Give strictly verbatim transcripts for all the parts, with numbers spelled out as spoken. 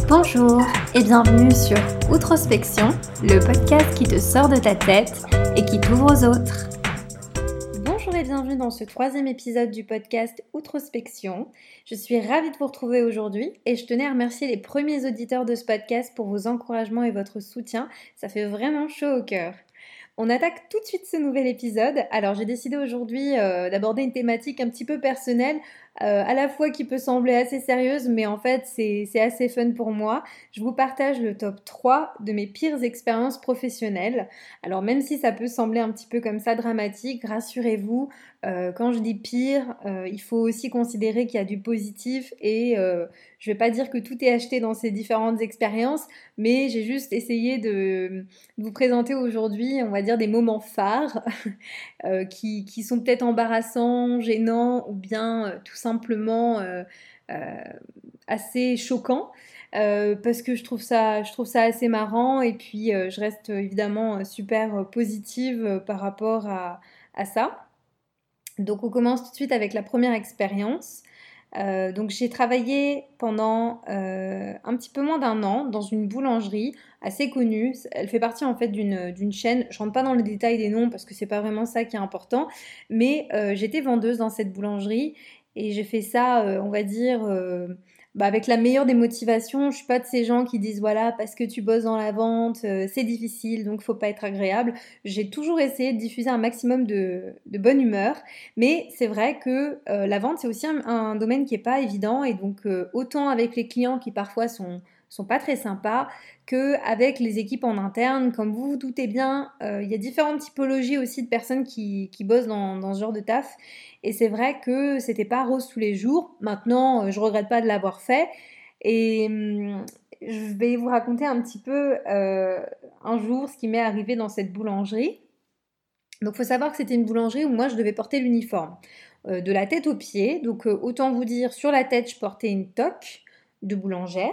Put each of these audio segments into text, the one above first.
Bonjour et bienvenue sur Outrospection, le podcast qui te sort de ta tête et qui t'ouvre aux autres. Bonjour et bienvenue dans ce troisième épisode du podcast Outrospection. Je suis ravie de vous retrouver aujourd'hui et je tenais à remercier les premiers auditeurs de ce podcast pour vos encouragements et votre soutien. Ça fait vraiment chaud au cœur. On attaque tout de suite ce nouvel épisode. Alors j'ai décidé aujourd'hui euh, d'aborder une thématique un petit peu personnelle, euh, à la fois qui peut sembler assez sérieuse, mais en fait c'est, c'est assez fun pour moi. Je vous partage le top trois de mes pires expériences professionnelles. Alors même si ça peut sembler un petit peu comme ça dramatique, rassurez-vous, euh, quand je dis pire, euh, il faut aussi considérer qu'il y a du positif et euh, je ne vais pas dire que tout est acheté dans ces différentes expériences, mais j'ai juste essayé de vous présenter aujourd'hui, on va dire, des moments phares euh, qui, qui sont peut-être embarrassants, gênants ou bien euh, tout simplement euh, euh, assez choquants. Euh, parce que je trouve ça, je trouve ça assez marrant et puis euh, je reste évidemment super positive euh, par rapport à, à ça. Donc on commence tout de suite avec la première expérience. Euh, donc j'ai travaillé pendant euh, un petit peu moins d'un an dans une boulangerie assez connue. Elle fait partie en fait d'une, d'une chaîne. Je rentre pas dans les détails des noms parce que c'est pas vraiment ça qui est important. Mais euh, j'étais vendeuse dans cette boulangerie et j'ai fait ça, euh, on va dire, euh, bah, avec la meilleure des motivations. Je suis pas de ces gens qui disent voilà parce que tu bosses dans la vente, euh, c'est difficile donc faut pas être agréable. J'ai toujours essayé de diffuser un maximum de, de bonne humeur. Mais c'est vrai que euh, la vente, c'est aussi un, un domaine qui n'est pas évident. Et donc, euh, autant avec les clients qui parfois sont, sont pas très sympas, qu'avec les équipes en interne. Comme vous vous doutez bien, euh, il y a différentes typologies aussi de personnes qui, qui bossent dans, dans ce genre de taf. Et c'est vrai que c'était pas rose tous les jours. Maintenant, euh, je regrette pas de l'avoir fait. Et hum, je vais vous raconter un petit peu euh, un jour ce qui m'est arrivé dans cette boulangerie. Donc, il faut savoir que c'était une boulangerie où moi, je devais porter l'uniforme euh, de la tête aux pieds. Donc, euh, autant vous dire, sur la tête, je portais une toque de boulangère.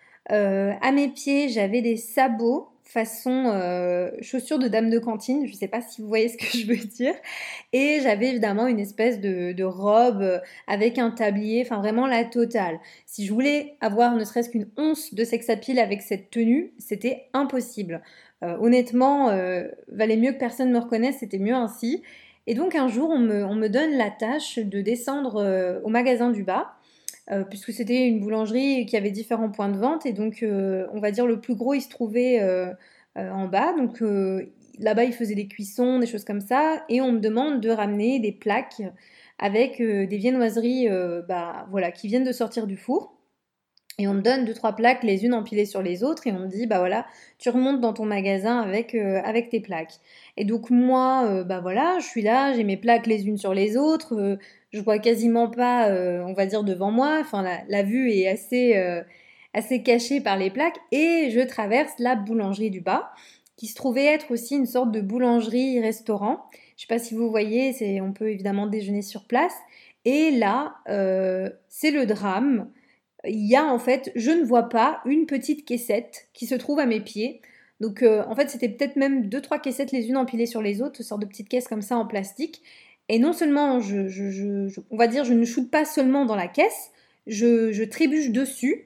Euh, à mes pieds, j'avais des sabots façon euh, chaussures de dame de cantine. Je ne sais pas si vous voyez ce que je veux dire. Et j'avais évidemment une espèce de, de robe avec un tablier, enfin vraiment la totale. Si je voulais avoir ne serait-ce qu'une once de sex appeal avec cette tenue, c'était impossible. Euh, honnêtement, euh, valait mieux que personne me reconnaisse, c'était mieux ainsi. Et donc un jour, on me, on me donne la tâche de descendre euh, au magasin du bas, euh, puisque c'était une boulangerie qui avait différents points de vente, et donc euh, on va dire le plus gros, il se trouvait euh, euh, en bas. Donc euh, là-bas, ils faisaient des cuissons, des choses comme ça, et on me demande de ramener des plaques avec euh, des viennoiseries euh, bah, voilà, qui viennent de sortir du four. Et on me donne deux, trois plaques, les unes empilées sur les autres, et on me dit, bah voilà, tu remontes dans ton magasin avec, euh, avec tes plaques. Et donc moi, euh, bah voilà, je suis là, j'ai mes plaques les unes sur les autres, euh, je vois quasiment pas, euh, on va dire, devant moi, enfin la, la vue est assez, euh, assez cachée par les plaques, et je traverse la boulangerie du bas, qui se trouvait être aussi une sorte de boulangerie-restaurant. Je sais pas si vous voyez, c'est, on peut évidemment déjeuner sur place, et là, euh, c'est le drame. Il y a en fait, je ne vois pas une petite caissette qui se trouve à mes pieds. Donc euh, en fait, c'était peut-être même deux, trois caissettes les unes empilées sur les autres, ce sorte de petites caisses comme ça en plastique. Et non seulement, je, je, je, je- on va dire, je ne shoote pas seulement dans la caisse, je, je trébuche dessus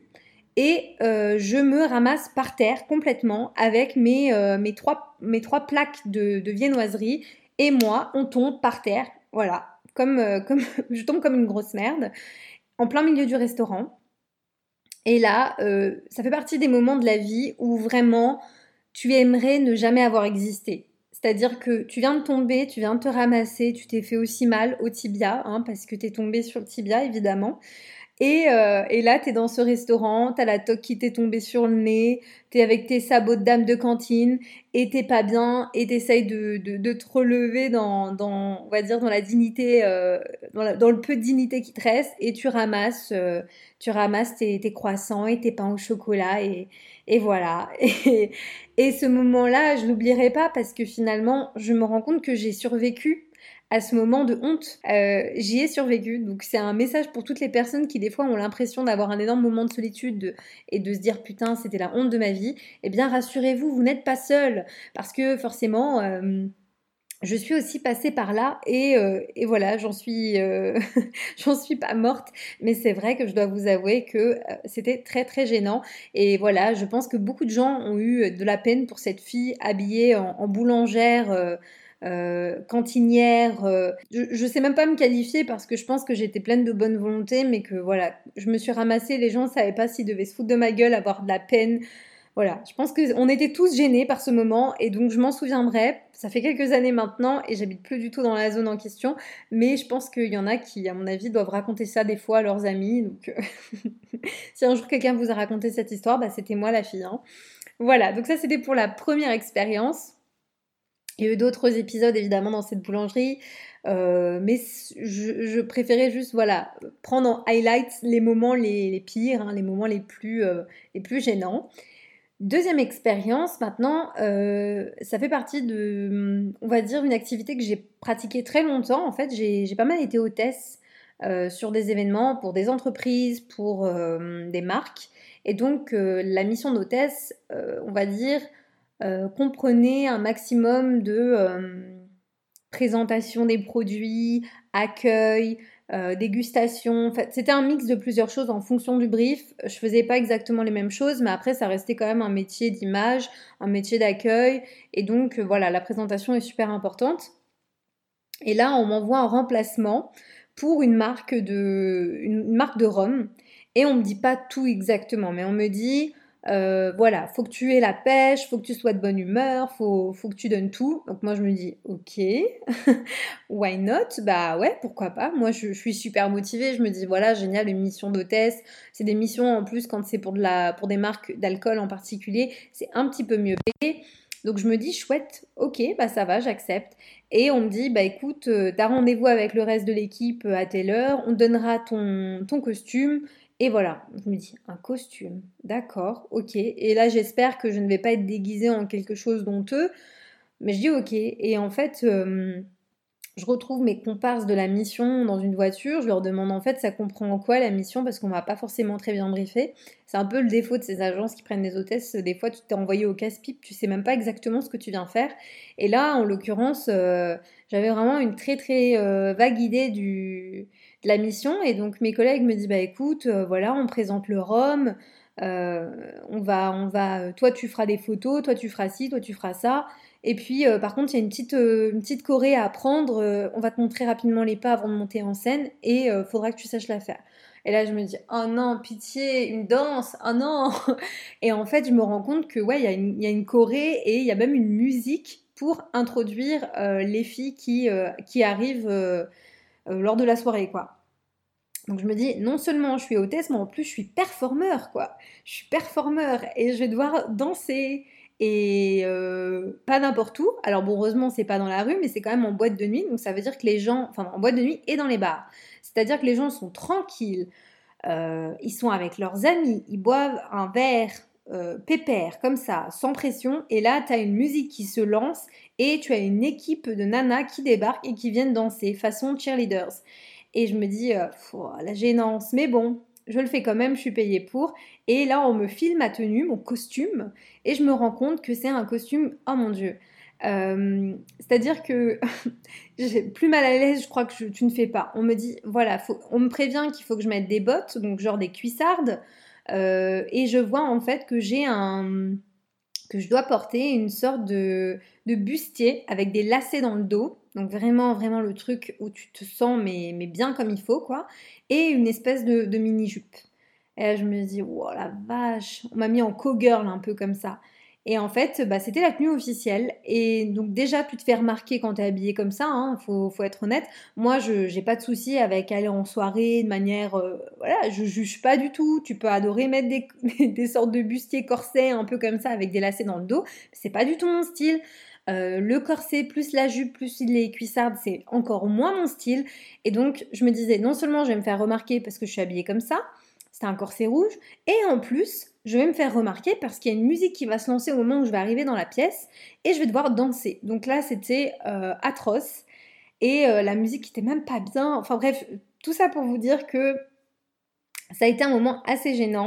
et euh, je me ramasse par terre complètement avec mes, euh, mes, trois, mes trois plaques de, de viennoiserie et moi, on tombe par terre, voilà, comme, euh, comme je tombe comme une grosse merde, en plein milieu du restaurant. Et là, euh, ça fait partie des moments de la vie où vraiment tu aimerais ne jamais avoir existé. C'est-à-dire que tu viens de tomber, tu viens de te ramasser, tu t'es fait aussi mal au tibia, hein, parce que t'es tombé sur le tibia évidemment. Et, euh, et là, t'es dans ce restaurant, t'as la toque qui t'est tombée sur le nez, t'es avec tes sabots de dame de cantine, et t'es pas bien, et t'essayes de, de, de te relever dans, dans, on va dire, dans la dignité, euh, dans, la- dans le peu de dignité qui te reste, et tu ramasses, euh, tu ramasses tes, tes croissants et tes pains au chocolat, et, et voilà. Et, et ce moment-là, je l'oublierai pas parce que finalement, je me rends compte que j'ai survécu à ce moment de honte. Euh, j'y ai survécu, donc c'est un message pour toutes les personnes qui des fois ont l'impression d'avoir un énorme moment de solitude de- et de se dire putain c'était la honte de ma vie. Eh bien rassurez-vous, vous n'êtes pas seul parce que forcément... euh, je suis aussi passée par là et, euh, et voilà, j'en suis, euh, j'en suis pas morte, mais c'est vrai que je dois vous avouer que euh, c'était très très gênant. Et voilà, je pense que beaucoup de gens ont eu de la peine pour cette fille habillée en, en boulangère, euh, euh, cantinière. euh. Je, je sais même pas me qualifier parce que je pense que j'étais pleine de bonne volonté, mais que voilà, je me suis ramassée, les gens savaient pas s'ils devaient se foutre de ma gueule, avoir de la peine. Voilà, je pense qu'on était tous gênés par ce moment et donc je m'en souviendrai. Ça fait quelques années maintenant et j'habite plus du tout dans la zone en question, mais je pense qu'il y en a qui, à mon avis, doivent raconter ça des fois à leurs amis. Donc, euh, si un jour quelqu'un vous a raconté cette histoire, bah, c'était moi la fille. Hein. Voilà, donc ça c'était pour la première expérience. Il y a eu d'autres épisodes évidemment dans cette boulangerie, euh, mais je, je, préférais juste voilà prendre en highlight les moments les, les pires, hein, les moments les plus, euh, les plus gênants. Deuxième expérience, maintenant, euh, ça fait partie de, on va dire, une activité que j'ai pratiquée très longtemps. En fait, j'ai j'ai pas mal été hôtesse euh, sur des événements pour des entreprises, pour euh, des marques. Et donc, euh, la mission d'hôtesse, euh, on va dire, euh, comprenait un maximum de euh, présentation des produits, accueil, euh, dégustation. En fait, c'était un mix de plusieurs choses en fonction du brief. Je faisais pas exactement les mêmes choses, mais après, ça restait quand même un métier d'image, un métier d'accueil. Et donc, euh, voilà, la présentation est super importante. Et là, on m'envoie un remplacement pour une marque de, une marque de rhum. Et on me dit pas tout exactement, mais on me dit, euh, voilà, faut que tu aies la pêche, faut que tu sois de bonne humeur, faut, faut que tu donnes tout. Donc moi je me dis, ok, why not? Bah ouais, pourquoi pas? Moi je, je suis super motivée, je me dis, voilà, génial, une mission d'hôtesse. C'est des missions en plus quand c'est pour, de la, pour des marques d'alcool en particulier, c'est un petit peu mieux payé. Donc je me dis, chouette, ok, bah ça va, j'accepte. Et on me dit, bah écoute, euh, t'as rendez-vous avec le reste de l'équipe euh, à telle heure, on te donnera ton, ton costume. Et voilà, je me dis, un costume, d'accord, ok. Et là, j'espère que je ne vais pas être déguisée en quelque chose d'honteux. Mais je dis, ok. Et en fait, euh, je retrouve mes comparses de la mission dans une voiture. Je leur demande en fait, ça comprend en quoi la mission parce qu'on m'a pas forcément très bien briefé. C'est un peu le défaut de ces agences qui prennent des hôtesses. Des fois, tu t'es envoyé au casse-pipe, tu sais même pas exactement ce que tu viens faire. Et là, en l'occurrence, euh, j'avais vraiment une très très euh, vague idée du, de la mission. Et donc, mes collègues me disent, bah écoute, euh, voilà, on présente le rhum. Euh, on va, on va, toi tu feras des photos, toi tu feras ci, toi tu feras ça. Et puis, euh, par contre, il y a une petite, euh, une petite choré à apprendre. Euh, on va te montrer rapidement les pas avant de monter en scène et euh, faudra que tu saches la faire. Et là, je me dis, oh non, pitié, une danse, oh non. Et en fait, je me rends compte que ouais, il y a une, il y a une choré et il y a même une musique pour introduire euh, les filles qui, euh, qui arrivent euh, euh, lors de la soirée, quoi. Donc je me dis, non seulement je suis hôtesse, mais en plus je suis performeur, quoi. Je suis performeur et je vais devoir danser. Et euh, pas n'importe où. Alors bon, heureusement, c'est pas dans la rue, mais c'est quand même en boîte de nuit. Donc ça veut dire que les gens, enfin en boîte de nuit et dans les bars. C'est-à-dire que les gens sont tranquilles, euh, ils sont avec leurs amis, ils boivent un verre euh, pépère, comme ça, sans pression. Et là, tu as une musique qui se lance et tu as une équipe de nanas qui débarquent et qui viennent danser, façon cheerleaders. Et je me dis, euh, pff, la gênance, mais bon, je le fais quand même, je suis payée pour. Et là, on me file ma tenue, mon costume, et je me rends compte que c'est un costume, oh mon Dieu. Euh, c'est-à-dire que j'ai plus mal à l'aise, je crois que je- tu ne fais pas. On me dit, voilà, faut- on me prévient qu'il faut que je mette des bottes, donc genre des cuissardes, euh, et je vois en fait que j'ai un, que je dois porter une sorte de, de bustier avec des lacets dans le dos. Donc vraiment, vraiment le truc où tu te sens mais, mais bien comme il faut, quoi. Et une espèce de, de mini-jupe. Et là, je me dis, oh la vache, on m'a mis en co-girl un peu comme ça. Et en fait, bah, c'était la tenue officielle. Et donc déjà, tu te fais remarquer quand t'es habillée comme ça, hein, faut, faut être honnête. Moi, je j'ai pas de souci avec aller en soirée de manière... euh, voilà, je juge pas du tout. Tu peux adorer mettre des, des sortes de bustiers corsets un peu comme ça avec des lacets dans le dos. C'est pas du tout mon style. Euh, le corset plus la jupe plus les cuissardes, c'est encore moins mon style. Et donc, je me disais, non seulement je vais me faire remarquer parce que je suis habillée comme ça, c'était un corset rouge, et en plus, je vais me faire remarquer parce qu'il y a une musique qui va se lancer au moment où je vais arriver dans la pièce, et je vais devoir danser. Donc là, c'était euh, atroce, et euh, la musique était même pas bien. Enfin bref, tout ça pour vous dire que ça a été un moment assez gênant.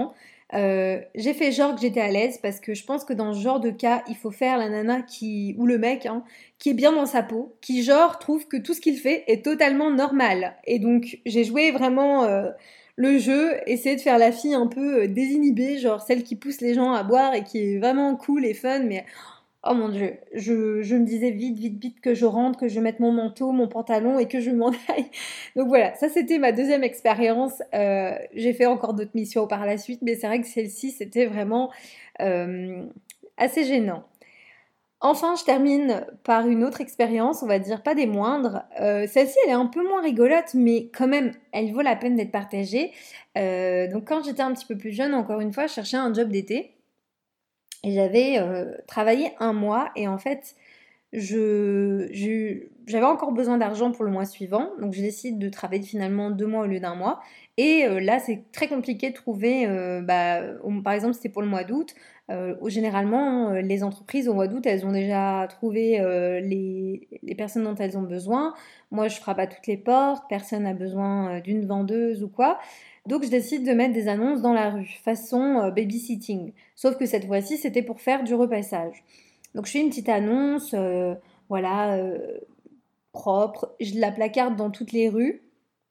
Euh, j'ai fait genre que j'étais à l'aise parce que je pense que dans ce genre de cas, il faut faire la nana qui, ou le mec, hein, qui est bien dans sa peau, qui genre trouve que tout ce qu'il fait est totalement normal. Et donc j'ai joué vraiment euh, le jeu, essayer de faire la fille un peu euh, désinhibée, genre celle qui pousse les gens à boire et qui est vraiment cool et fun, mais oh mon Dieu, je, je me disais vite, vite, vite que je rentre, que je mette mon manteau, mon pantalon et que je m'en aille. Donc voilà, ça c'était ma deuxième expérience. Euh, j'ai fait encore d'autres missions par la suite, mais c'est vrai que celle-ci c'était vraiment euh, assez gênant. Enfin, je termine par une autre expérience, on va dire pas des moindres. Euh, celle-ci, elle est un peu moins rigolote, mais quand même, elle vaut la peine d'être partagée. Euh, donc quand j'étais un petit peu plus jeune, encore une fois, je cherchais un job d'été. Et j'avais euh, travaillé un mois et en fait, je, je- j'avais encore besoin d'argent pour le mois suivant. Donc je décide de travailler finalement deux mois au lieu d'un mois. Et euh, là, c'est très compliqué de trouver, euh, bah, au- par exemple, c'était pour le mois d'août. Euh, où généralement, euh, les entreprises au mois d'août, elles ont déjà trouvé euh, les, les personnes dont elles ont besoin. Moi, je frappe à toutes les portes, personne n'a besoin euh, d'une vendeuse ou quoi. Donc je décide de mettre des annonces dans la rue, façon euh, babysitting. Sauf que cette fois-ci, c'était pour faire du repassage. Donc je fais une petite annonce, euh, voilà, euh, propre. Je la placarde dans toutes les rues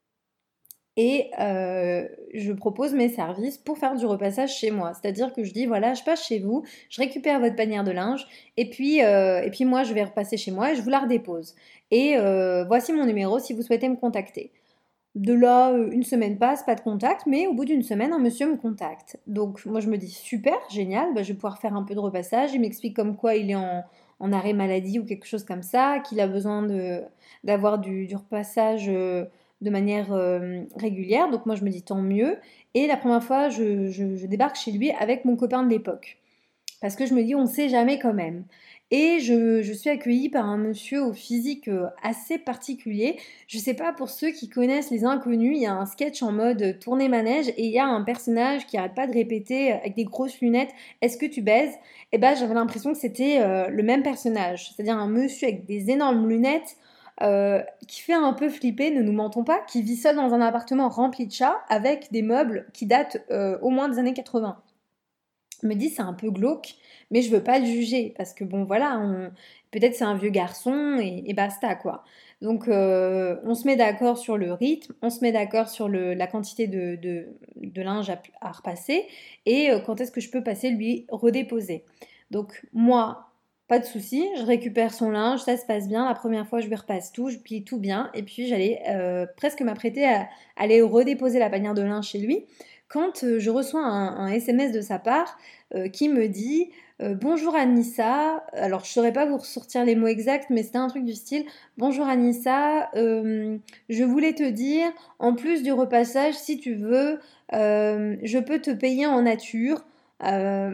et euh, je propose mes services pour faire du repassage chez moi. C'est-à-dire que je dis, voilà, je passe chez vous, je récupère votre panière de linge et puis, euh, et puis moi, je vais repasser chez moi et je vous la redépose. Et euh, voici mon numéro si vous souhaitez me contacter. De là, euh, une semaine passe, pas de contact, mais au bout d'une semaine, un monsieur me contacte. Donc moi je me dis super, génial, bah, je vais pouvoir faire un peu de repassage. Il m'explique comme quoi il est en, en arrêt maladie ou quelque chose comme ça, qu'il a besoin de, d'avoir du, du repassage euh, de manière euh, régulière. Donc moi je me dis tant mieux. Et la première fois, je, je- je débarque chez lui avec mon copain de l'époque. Parce que je me dis, on sait jamais quand même. Et je, je suis accueillie par un monsieur au physique euh, assez particulier. Je sais pas, pour ceux qui connaissent Les Inconnus, il y a un sketch en mode euh, tournée manège et il y a un personnage qui arrête pas de répéter euh, avec des grosses lunettes, est-ce que tu baises? Et ben j'avais l'impression que c'était euh, le même personnage. C'est-à-dire un monsieur avec des énormes lunettes euh, qui fait un peu flipper, ne nous mentons pas, qui vit seul dans un appartement rempli de chats avec des meubles qui datent euh, au moins des années quatre-vingts. Je me dis c'est un peu glauque, mais je veux pas le juger parce que bon voilà, on- peut-être c'est un vieux garçon et, et basta quoi. Donc euh, on se met d'accord sur le rythme, on se met d'accord sur le, la quantité de, de, de linge à, à repasser et euh, quand est-ce que je peux passer lui redéposer. Donc moi, pas de souci, je récupère son linge, ça se passe bien. La première fois je lui repasse tout, je plie tout bien et puis j'allais euh, presque m'apprêter à aller redéposer la panière de linge chez lui quand euh, je reçois un, un S M S de sa part euh, qui me dit euh, bonjour Anissa. Alors je saurais pas vous ressortir les mots exacts, mais c'était un truc du style bonjour Anissa, euh, je voulais te dire, en plus du repassage, si tu veux, euh, je peux te payer en nature. Euh,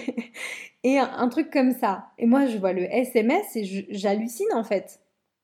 et un, un truc comme ça. Et moi, je vois le S M S et je- j'hallucine en fait.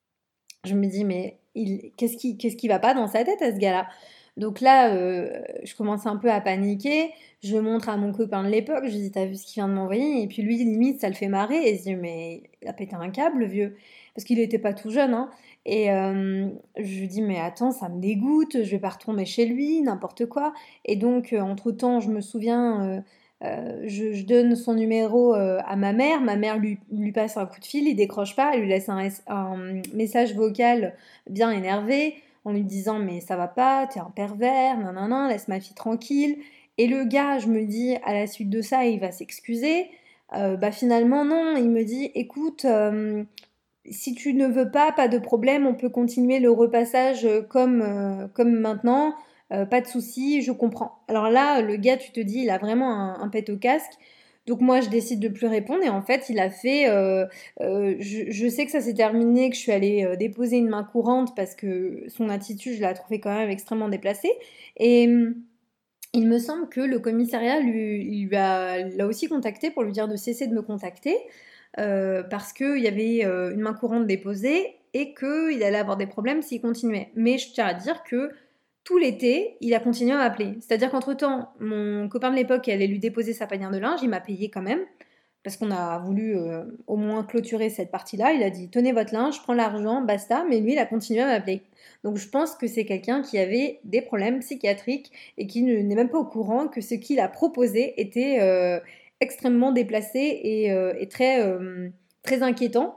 Je me dis, mais il, qu'est-ce qui, qu'est-ce qui va pas dans sa tête à ce gars-là? Donc là, euh, je commence un peu à paniquer. Je montre à mon copain de l'époque. Je lui dis, t'as vu ce qu'il vient de m'envoyer? Et puis lui, limite, ça le fait marrer. Et il se dit, mais il a pété un câble, le vieux. Parce qu'il était pas tout jeune, hein. Et euh, je lui dis, mais attends, ça me dégoûte. Je vais pas retourner chez lui, n'importe quoi. Et donc, euh, entre-temps, je me souviens, euh, euh, je, je donne son numéro euh, à ma mère. Ma mère lui, lui passe un coup de fil, il décroche pas. Elle lui laisse un, S- un message vocal bien énervé en lui disant mais ça va pas, t'es un pervers, nanana, laisse ma fille tranquille. Et le gars, je me dis à la suite de ça, il va s'excuser. Euh, bah finalement non, il me dit écoute, euh, si tu ne veux pas, pas de problème, on peut continuer le repassage euh, comme, euh, comme maintenant, euh, pas de souci, je comprends. Alors là, le gars, tu te dis, il a vraiment un, un pet au casque. Donc moi, je décide de plus répondre et en fait, il a fait. euh, euh, je, je sais que ça s'est terminé, que je suis allée euh, déposer une main courante parce que son attitude, je la trouvais quand même extrêmement déplacée. Et hum, il me semble que le commissariat lui, lui a, l'a aussi contacté pour lui dire de cesser de me contacter euh, parce qu'il y avait euh, une main courante déposée et qu'il allait avoir des problèmes s'il continuait. Mais je tiens à dire que tout l'été, il a continué à m'appeler. C'est-à-dire qu'entre-temps, mon copain de l'époque allait lui déposer sa panière de linge, il m'a payé quand même. parce qu'on a voulu euh, au moins clôturer cette partie-là. Il a dit tenez votre linge, je prends l'argent, basta. Mais lui, il a continué à m'appeler. Donc je pense que c'est quelqu'un qui avait des problèmes psychiatriques et qui ne- n'est même pas au courant que ce qu'il a proposé était euh, extrêmement déplacé et, euh, et très, euh, très inquiétant.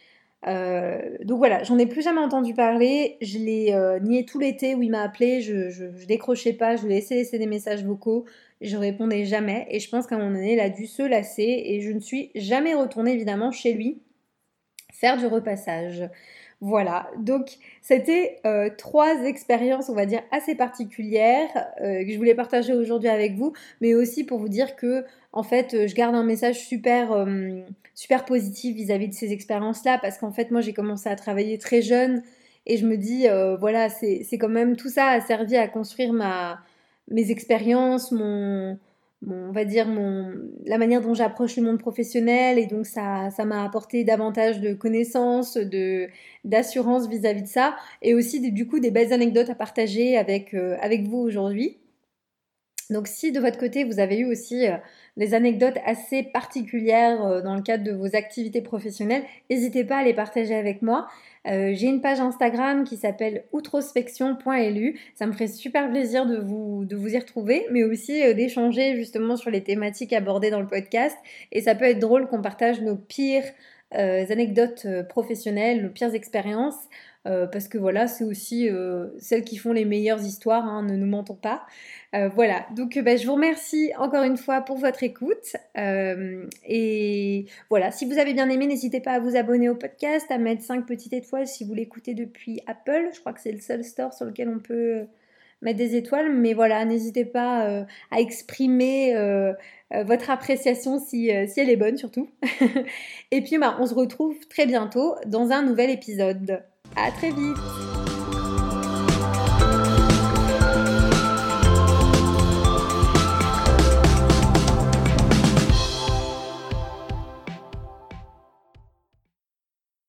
Euh, donc voilà, j'en ai plus jamais entendu parler. Je l'ai euh, nié tout l'été où il m'a appelé. Je, je, je décrochais pas, je lui ai laissé laisser des messages vocaux. Je répondais jamais. Et je pense qu'à un moment donné, il a dû se lasser. Et je ne suis jamais retournée évidemment chez lui faire du repassage. Voilà, donc c'était euh, trois expériences, on va dire, assez particulières euh, que je voulais partager aujourd'hui avec vous, mais aussi pour vous dire que, en fait, euh, je garde un message super, euh, super positif vis-à-vis de ces expériences-là, parce qu'en fait, moi, j'ai commencé à travailler très jeune, et je me dis, euh, voilà, c'est, c'est quand même, tout ça a servi à construire ma, mes expériences, mon, mon- on va dire, mon, la manière dont j'approche le monde professionnel, et donc ça, ça m'a apporté davantage de connaissances, de d'assurance vis-à-vis de ça et aussi des- du coup des belles anecdotes à partager avec, euh, avec vous aujourd'hui. Donc si de votre côté vous avez eu aussi euh, des anecdotes assez particulières euh, dans le cadre de vos activités professionnelles, n'hésitez pas à les partager avec moi. Euh, j'ai une page Instagram qui s'appelle outrospection point l u. Ça me ferait super plaisir de vous, de vous y retrouver, mais aussi euh, d'échanger justement sur les thématiques abordées dans le podcast. Et ça peut être drôle qu'on partage nos pires euh, anecdotes euh, professionnelles, nos pires expériences, euh, parce que voilà, c'est aussi euh, celles qui font les meilleures histoires, hein, ne nous mentons pas. Euh, voilà, donc euh, bah, je vous remercie encore une fois pour votre écoute. Euh, et voilà, si vous avez bien aimé, n'hésitez pas à vous abonner au podcast, à mettre cinq petites étoiles si vous l'écoutez depuis Apple. Je crois que c'est le seul store sur lequel on peut mettre des étoiles. Mais voilà, n'hésitez pas euh, à exprimer euh, euh, votre appréciation si, euh, si elle est bonne surtout. Et puis bah, on se retrouve très bientôt dans un nouvel épisode. À très vite!